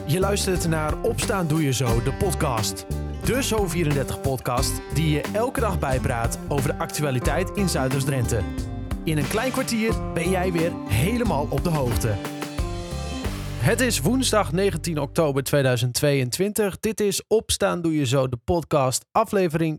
Je luistert naar Opstaan Doe Je Zo, de podcast. De Zo34-podcast die je elke dag bijpraat over de actualiteit in Zuidoost-Drenthe. In een klein kwartier ben jij weer helemaal op de hoogte. Het is woensdag 19 oktober 2022. Dit is Opstaan Doe Je Zo, de podcast, aflevering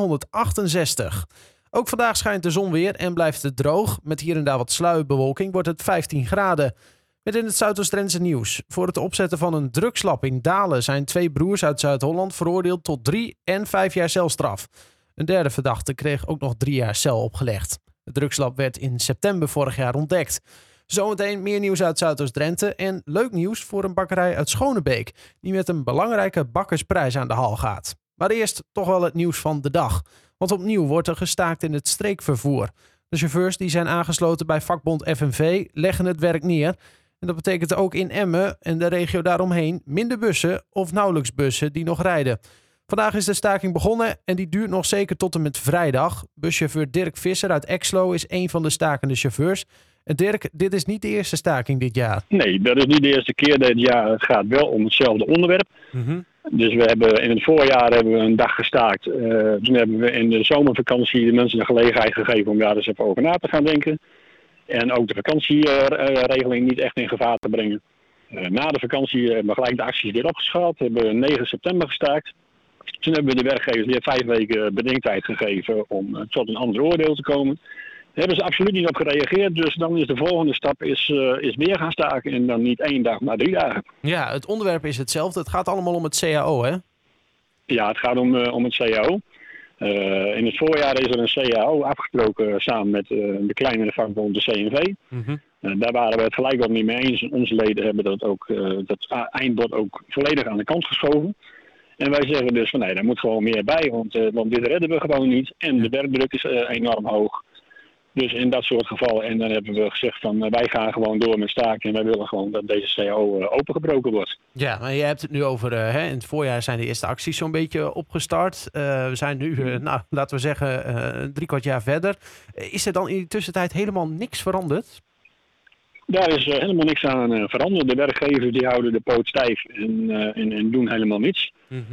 268. Ook vandaag schijnt de zon weer en blijft het droog. Met hier en daar wat sluierbewolking wordt het 15 graden. Met in het Zuidoost-Drentse nieuws. Voor het opzetten van een drugslab in Dalen zijn 2 broers uit Zuid-Holland veroordeeld tot 3 en 5 jaar celstraf. Een derde verdachte kreeg ook nog 3 jaar cel opgelegd. Het drugslab werd in september vorig jaar ontdekt. Zometeen meer nieuws uit Zuidoost-Drenthe en leuk nieuws voor een bakkerij uit Schonebeek, die met een belangrijke bakkersprijs aan de haal gaat. Maar eerst toch wel het nieuws van de dag. Want opnieuw wordt er gestaakt in het streekvervoer. De chauffeurs die zijn aangesloten bij vakbond FNV leggen het werk neer. En dat betekent ook in Emmen en de regio daaromheen minder bussen of nauwelijks bussen die nog rijden. Vandaag is de staking begonnen en die duurt nog zeker tot en met vrijdag. Buschauffeur Dirk Visser uit Exlo is een van de stakende chauffeurs. En Dirk, dit is niet de eerste staking dit jaar. Nee, dat is niet de eerste keer dit jaar. Het gaat wel om hetzelfde onderwerp. Dus we hebben in het voorjaar hebben we een dag gestaakt. Toen hebben we in de zomervakantie de mensen de gelegenheid gegeven om daar eens even over na te gaan denken. En ook de vakantieregeling niet echt in gevaar te brengen. Na de vakantie hebben we gelijk de acties weer opgeschaald. We hebben 9 september gestaakt. Toen hebben we de werkgevers weer 5 weken bedenktijd gegeven om tot een ander oordeel te komen. Daar hebben ze absoluut niet op gereageerd. Dus dan is de volgende stap is weer gaan staken. En dan niet 1 dag, maar 3 dagen. Ja, het onderwerp is hetzelfde. Het gaat allemaal om het CAO, hè? Ja, het gaat om het CAO. In het voorjaar is er een CAO afgesproken samen met de kleinere vakbond, de CNV. Daar waren we het gelijk ook niet mee eens. Onze leden hebben dat eindbod ook volledig aan de kant geschoven. En wij zeggen dus van nee, daar moet gewoon meer bij, want dit redden we gewoon niet. En de werkdruk is enorm hoog. Dus in dat soort gevallen, en dan hebben we gezegd van wij gaan gewoon door met staken en wij willen gewoon dat deze CAO opengebroken wordt. Ja, maar je hebt het nu over, in het voorjaar zijn de eerste acties zo'n beetje opgestart. We zijn nu, laten we zeggen, 3/4 jaar verder. Is er dan in de tussentijd helemaal niks veranderd? Daar is helemaal niks aan veranderd. De werkgevers die houden de poot stijf en doen helemaal niets.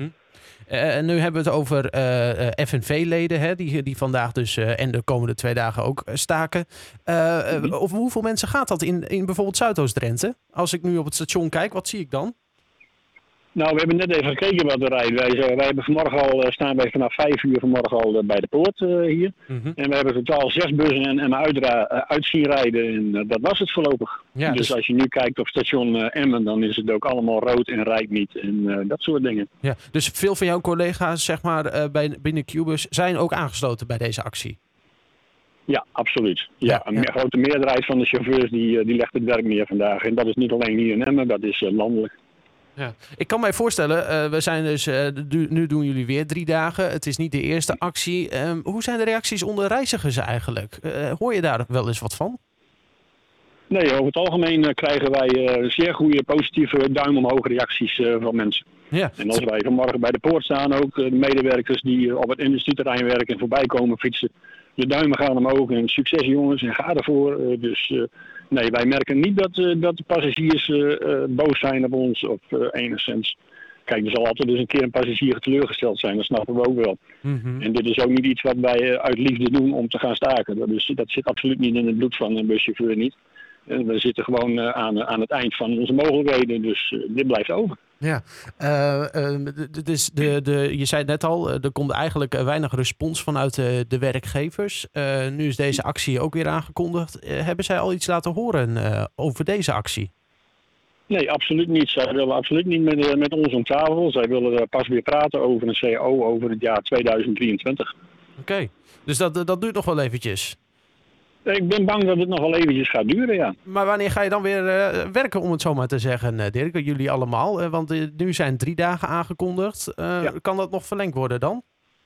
En nu hebben we het over FNV-leden, die vandaag dus en de komende 2 dagen ook staken. Over hoeveel mensen gaat dat in bijvoorbeeld Zuidoost-Drenthe? Als ik nu op het station kijk, wat zie ik dan? Nou, we hebben net even gekeken wat er rijdt. Wij hebben vanmorgen al, staan wij vanaf 5 uur vanmorgen al bij de poort hier. En we hebben totaal 6 bussen en Emmen uit zien rijden. En dat was het voorlopig. Ja, dus als je nu kijkt op station Emmen, dan is het ook allemaal rood en rijdt niet. En dat soort dingen. Ja, dus veel van jouw collega's zeg maar, binnen Qbus zijn ook aangesloten bij deze actie? Ja, absoluut. Ja, een grote meerderheid van de chauffeurs die legt het werk neer vandaag. En dat is niet alleen hier in Emmen, dat is landelijk. Ja. Ik kan mij voorstellen, we zijn dus, nu doen jullie weer 3 dagen. Het is niet de eerste actie. Hoe zijn de reacties onder reizigers eigenlijk? Hoor je daar wel eens wat van? Nee, over het algemeen krijgen wij zeer goede positieve duim omhoog reacties van mensen. Ja. En als wij vanmorgen bij de poort staan, ook de medewerkers die op het industrieterrein werken en voorbij komen fietsen. De duimen gaan omhoog en succes jongens en ga ervoor. Nee, wij merken niet dat de passagiers boos zijn op ons of enigszins. Kijk, er zal altijd dus een keer een passagier teleurgesteld zijn, dat snappen we ook wel. En dit is ook niet iets wat wij uit liefde doen om te gaan staken. Dat zit absoluut niet in het bloed van een buschauffeur niet. We zitten gewoon aan het eind van onze mogelijkheden, dus dit blijft over. Ja, dus je zei het net al, er komt eigenlijk weinig respons vanuit de werkgevers. Nu is deze actie ook weer aangekondigd. Hebben zij al iets laten horen over deze actie? Nee, absoluut niet. Zij willen absoluut niet met ons om tafel. Zij willen pas weer praten over een CAO over het jaar 2023. Oké, dus dat duurt nog wel eventjes. Ik ben bang dat het nog wel eventjes gaat duren, ja. Maar wanneer ga je dan weer werken, om het zo maar te zeggen, Dirk? Jullie allemaal. Want nu zijn 3 dagen aangekondigd. Kan dat nog verlengd worden dan?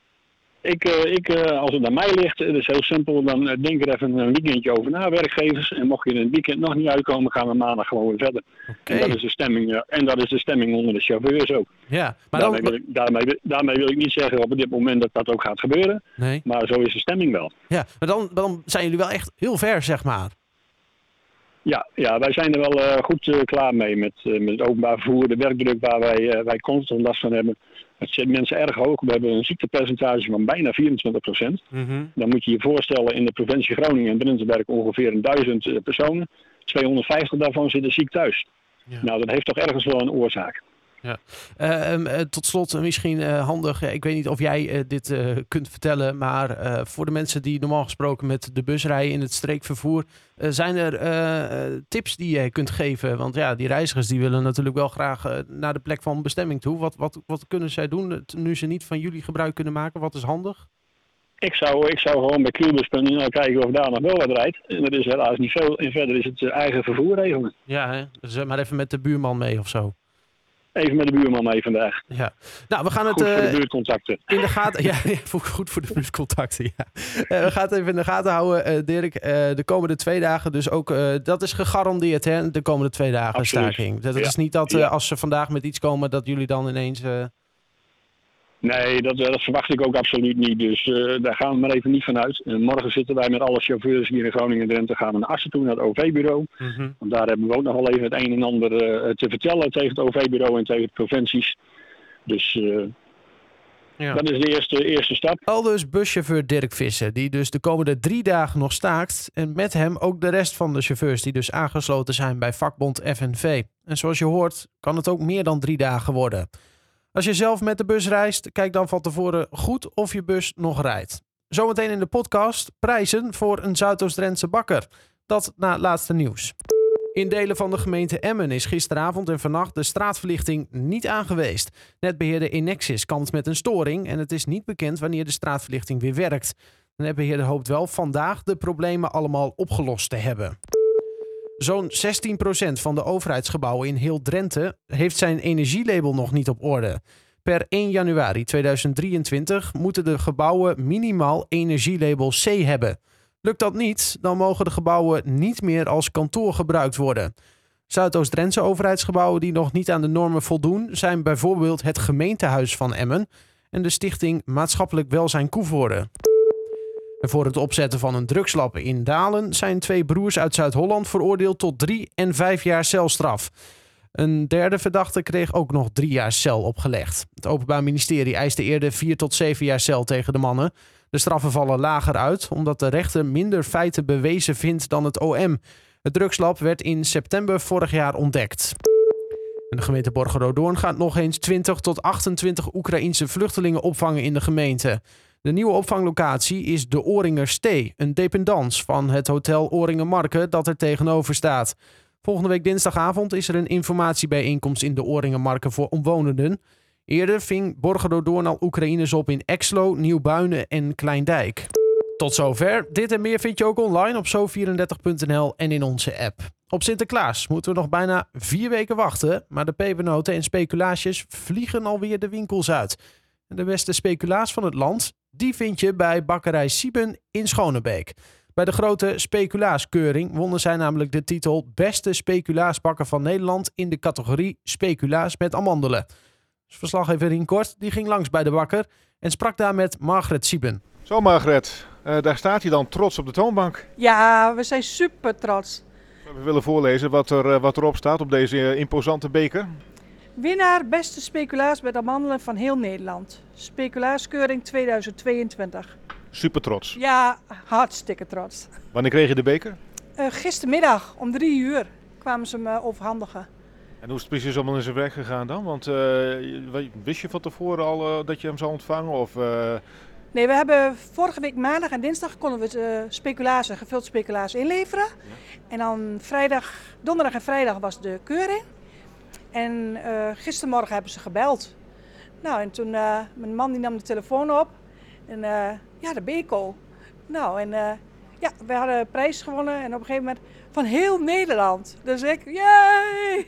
Als het aan mij ligt, het is heel simpel, dan denk er even een weekendje over na, werkgevers. En mocht je in het weekend nog niet uitkomen, gaan we maandag gewoon weer verder. Okay. En dat is de stemming onder de chauffeurs ook. Ja, maar daarmee wil ik niet zeggen op dit moment dat dat ook gaat gebeuren. Nee. Maar zo is de stemming wel. Ja, maar dan zijn jullie wel echt heel ver, zeg maar. Ja, wij zijn er wel goed klaar mee met het openbaar vervoer. De werkdruk waar wij constant last van hebben. Het zit mensen erg hoog. We hebben een ziektepercentage van bijna 24%. Mm-hmm. Dan moet je je voorstellen, in de provincie Groningen en Drenthe werken ongeveer 1000 personen. 250 daarvan zitten ziek thuis. Ja. Nou, dat heeft toch ergens wel een oorzaak. Ja. Tot slot misschien handig, ik weet niet of jij dit kunt vertellen, maar voor de mensen die normaal gesproken met de bus rijden in het streekvervoer, zijn er tips die je kunt geven? Want ja, die reizigers die willen natuurlijk wel graag naar de plek van bestemming toe. Wat kunnen zij doen nu ze niet van jullie gebruik kunnen maken? Wat is handig? Ik zou gewoon bij Qbus.nl kijken of daar nog wel wat rijdt. En dat is helaas niet veel. En verder is het eigen vervoer regelen. Ja, hè? Dus maar even met de buurman mee of zo. Even met de buurman mee vandaag. Ja. Nou, we gaan goed het voor de buurtcontacten. in de gaten. Ja, goed voor de buurtcontacten. Ja. We gaan het even in de gaten houden, Dirk. De komende 2 dagen, dus ook dat is gegarandeerd, hè? De komende 2 dagen Absoluut. staking. Dat is niet dat als ze vandaag met iets komen, dat jullie dan ineens. Nee, dat verwacht ik ook absoluut niet. Dus daar gaan we maar even niet van uit. Morgen zitten wij met alle chauffeurs hier in Groningen en Drenthe. Gaan we naar Assen toe, naar het OV-bureau. Mm-hmm. Want daar hebben we ook nog wel even het een en ander te vertellen tegen het OV-bureau en tegen de provincies. Dus dat is de eerste stap. Aldus buschauffeur Dirk Visser, die dus de komende 3 dagen nog staakt. En met hem ook de rest van de chauffeurs die dus aangesloten zijn bij vakbond FNV. En zoals je hoort, kan het ook meer dan 3 dagen worden. Als je zelf met de bus reist, kijk dan van tevoren goed of je bus nog rijdt. Zometeen in de podcast prijzen voor een Zuidoost-Drentse bakker. Dat na het laatste nieuws. In delen van de gemeente Emmen is gisteravond en vannacht de straatverlichting niet aangeweest. Netbeheerder Enexis kampt met een storing en het is niet bekend wanneer de straatverlichting weer werkt. De netbeheerder hoopt wel vandaag de problemen allemaal opgelost te hebben. Zo'n 16% van de overheidsgebouwen in heel Drenthe heeft zijn energielabel nog niet op orde. Per 1 januari 2023 moeten de gebouwen minimaal energielabel C hebben. Lukt dat niet, dan mogen de gebouwen niet meer als kantoor gebruikt worden. Zuidoost-Drentse overheidsgebouwen die nog niet aan de normen voldoen zijn bijvoorbeeld het gemeentehuis van Emmen en de stichting Maatschappelijk Welzijn Koevoorde. En voor het opzetten van een drugslab in Dalen zijn 2 broers uit Zuid-Holland veroordeeld tot 3 en 5 jaar celstraf. Een derde verdachte kreeg ook nog 3 jaar cel opgelegd. Het Openbaar Ministerie eiste eerder 4 tot 7 jaar cel tegen de mannen. De straffen vallen lager uit, omdat de rechter minder feiten bewezen vindt dan het OM. Het drugslab werd in september vorig jaar ontdekt. En de gemeente Borgeroodoorn gaat nog eens 20 tot 28 Oekraïense vluchtelingen opvangen in de gemeente. De nieuwe opvanglocatie is de Ooringer Stee, een dependance van het hotel Ooringer Marke dat er tegenover staat. Volgende week dinsdagavond is er een informatiebijeenkomst in de Ooringer Marke voor omwonenden. Eerder ving Borgeroodoorn al Oekraïners op in Exlo, Nieuwbuinen en Kleindijk. Tot zover. Dit en meer vind je ook online op zo34.nl en in onze app. Op Sinterklaas moeten we nog bijna 4 weken wachten, maar de pepernoten en speculaasjes vliegen alweer de winkels uit. En de beste speculaas van het land, die vind je bij bakkerij Sieben in Schonebeek. Bij de grote speculaaskeuring wonnen zij namelijk de titel Beste Speculaasbakker van Nederland in de categorie Speculaas met amandelen. Dus verslaggever Rien Kort die ging langs bij de bakker en sprak daar met Margret Sieben. Zo Margret, daar staat hij dan trots op de toonbank. Ja, we zijn super trots. We willen voorlezen wat erop staat op deze imposante beker. Winnaar beste speculaas met amandelen van heel Nederland. Speculaaskeuring 2022. Super trots. Ja, hartstikke trots. Wanneer kreeg je de beker? Gistermiddag om 3 uur kwamen ze me overhandigen. En hoe is het precies allemaal in zijn werk gegaan dan? Want wist je van tevoren al dat je hem zou ontvangen? Of, Nee, we hebben vorige week maandag en dinsdag konden we gevuld speculaas inleveren. Ja. En dan donderdag en vrijdag was de keuring. En gistermorgen hebben ze gebeld. Nou, en toen mijn man die nam de telefoon op. En de Beko. Nou, en we hadden een prijs gewonnen. En op een gegeven moment van heel Nederland. Dus ik, yay!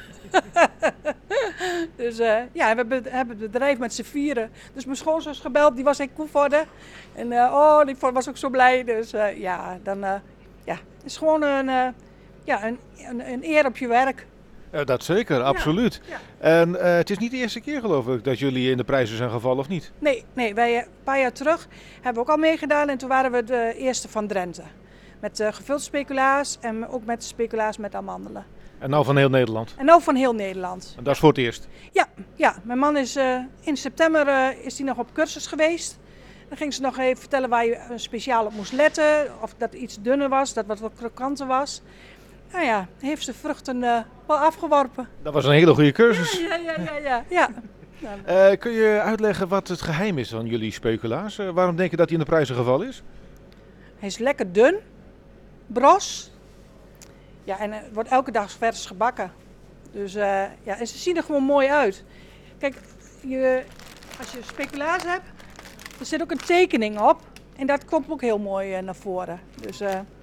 Dus we hebben het bedrijf met z'n vieren. Dus mijn schoonzus gebeld, die was in Koevoorde. En die was ook zo blij. Dus het is gewoon een eer op je werk. Dat zeker, absoluut. Ja. En het is niet de eerste keer geloof ik dat jullie in de prijzen zijn gevallen, of niet? Nee, wij een paar jaar terug hebben we ook al meegedaan en toen waren we de eerste van Drenthe. Met gevuld speculaas en ook met speculaas met amandelen. En nou van heel Nederland? En nou van heel Nederland. En dat is voor het eerst? Ja. Mijn man is in september is hij nog op cursus geweest. Dan ging ze nog even vertellen waar je speciaal op moest letten. Of dat iets dunner was, dat wat krokanter was. Nou ja, heeft ze vruchten wel afgeworpen. Dat was een hele goede cursus. Ja. Kun je uitleggen wat het geheim is van jullie speculaas? Waarom denk je dat hij in de prijzen gevallen is? Hij is lekker dun, bros. Ja, en het wordt elke dag vers gebakken. Dus en ze zien er gewoon mooi uit. Kijk, als je speculaas hebt, er zit ook een tekening op. En dat komt ook heel mooi naar voren. Dus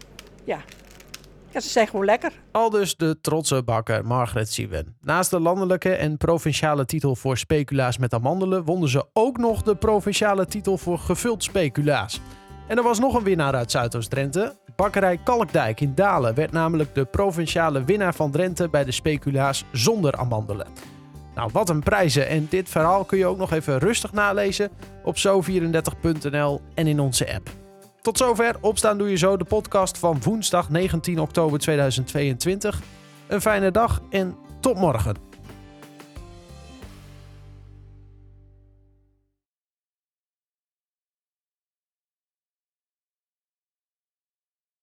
ze zijn gewoon lekker. Aldus de trotse bakker Margret Siewen. Naast de landelijke en provinciale titel voor speculaas met amandelen wonnen ze ook nog de provinciale titel voor gevuld speculaas. En er was nog een winnaar uit Zuidoost-Drenthe. Bakkerij Kalkdijk in Dalen werd namelijk de provinciale winnaar van Drenthe bij de speculaas zonder amandelen. Nou, wat een prijzen. En dit verhaal kun je ook nog even rustig nalezen op zo34.nl en in onze app. Tot zover Opstaan Doe Je Zo, de podcast van woensdag 19 oktober 2022. Een fijne dag en tot morgen.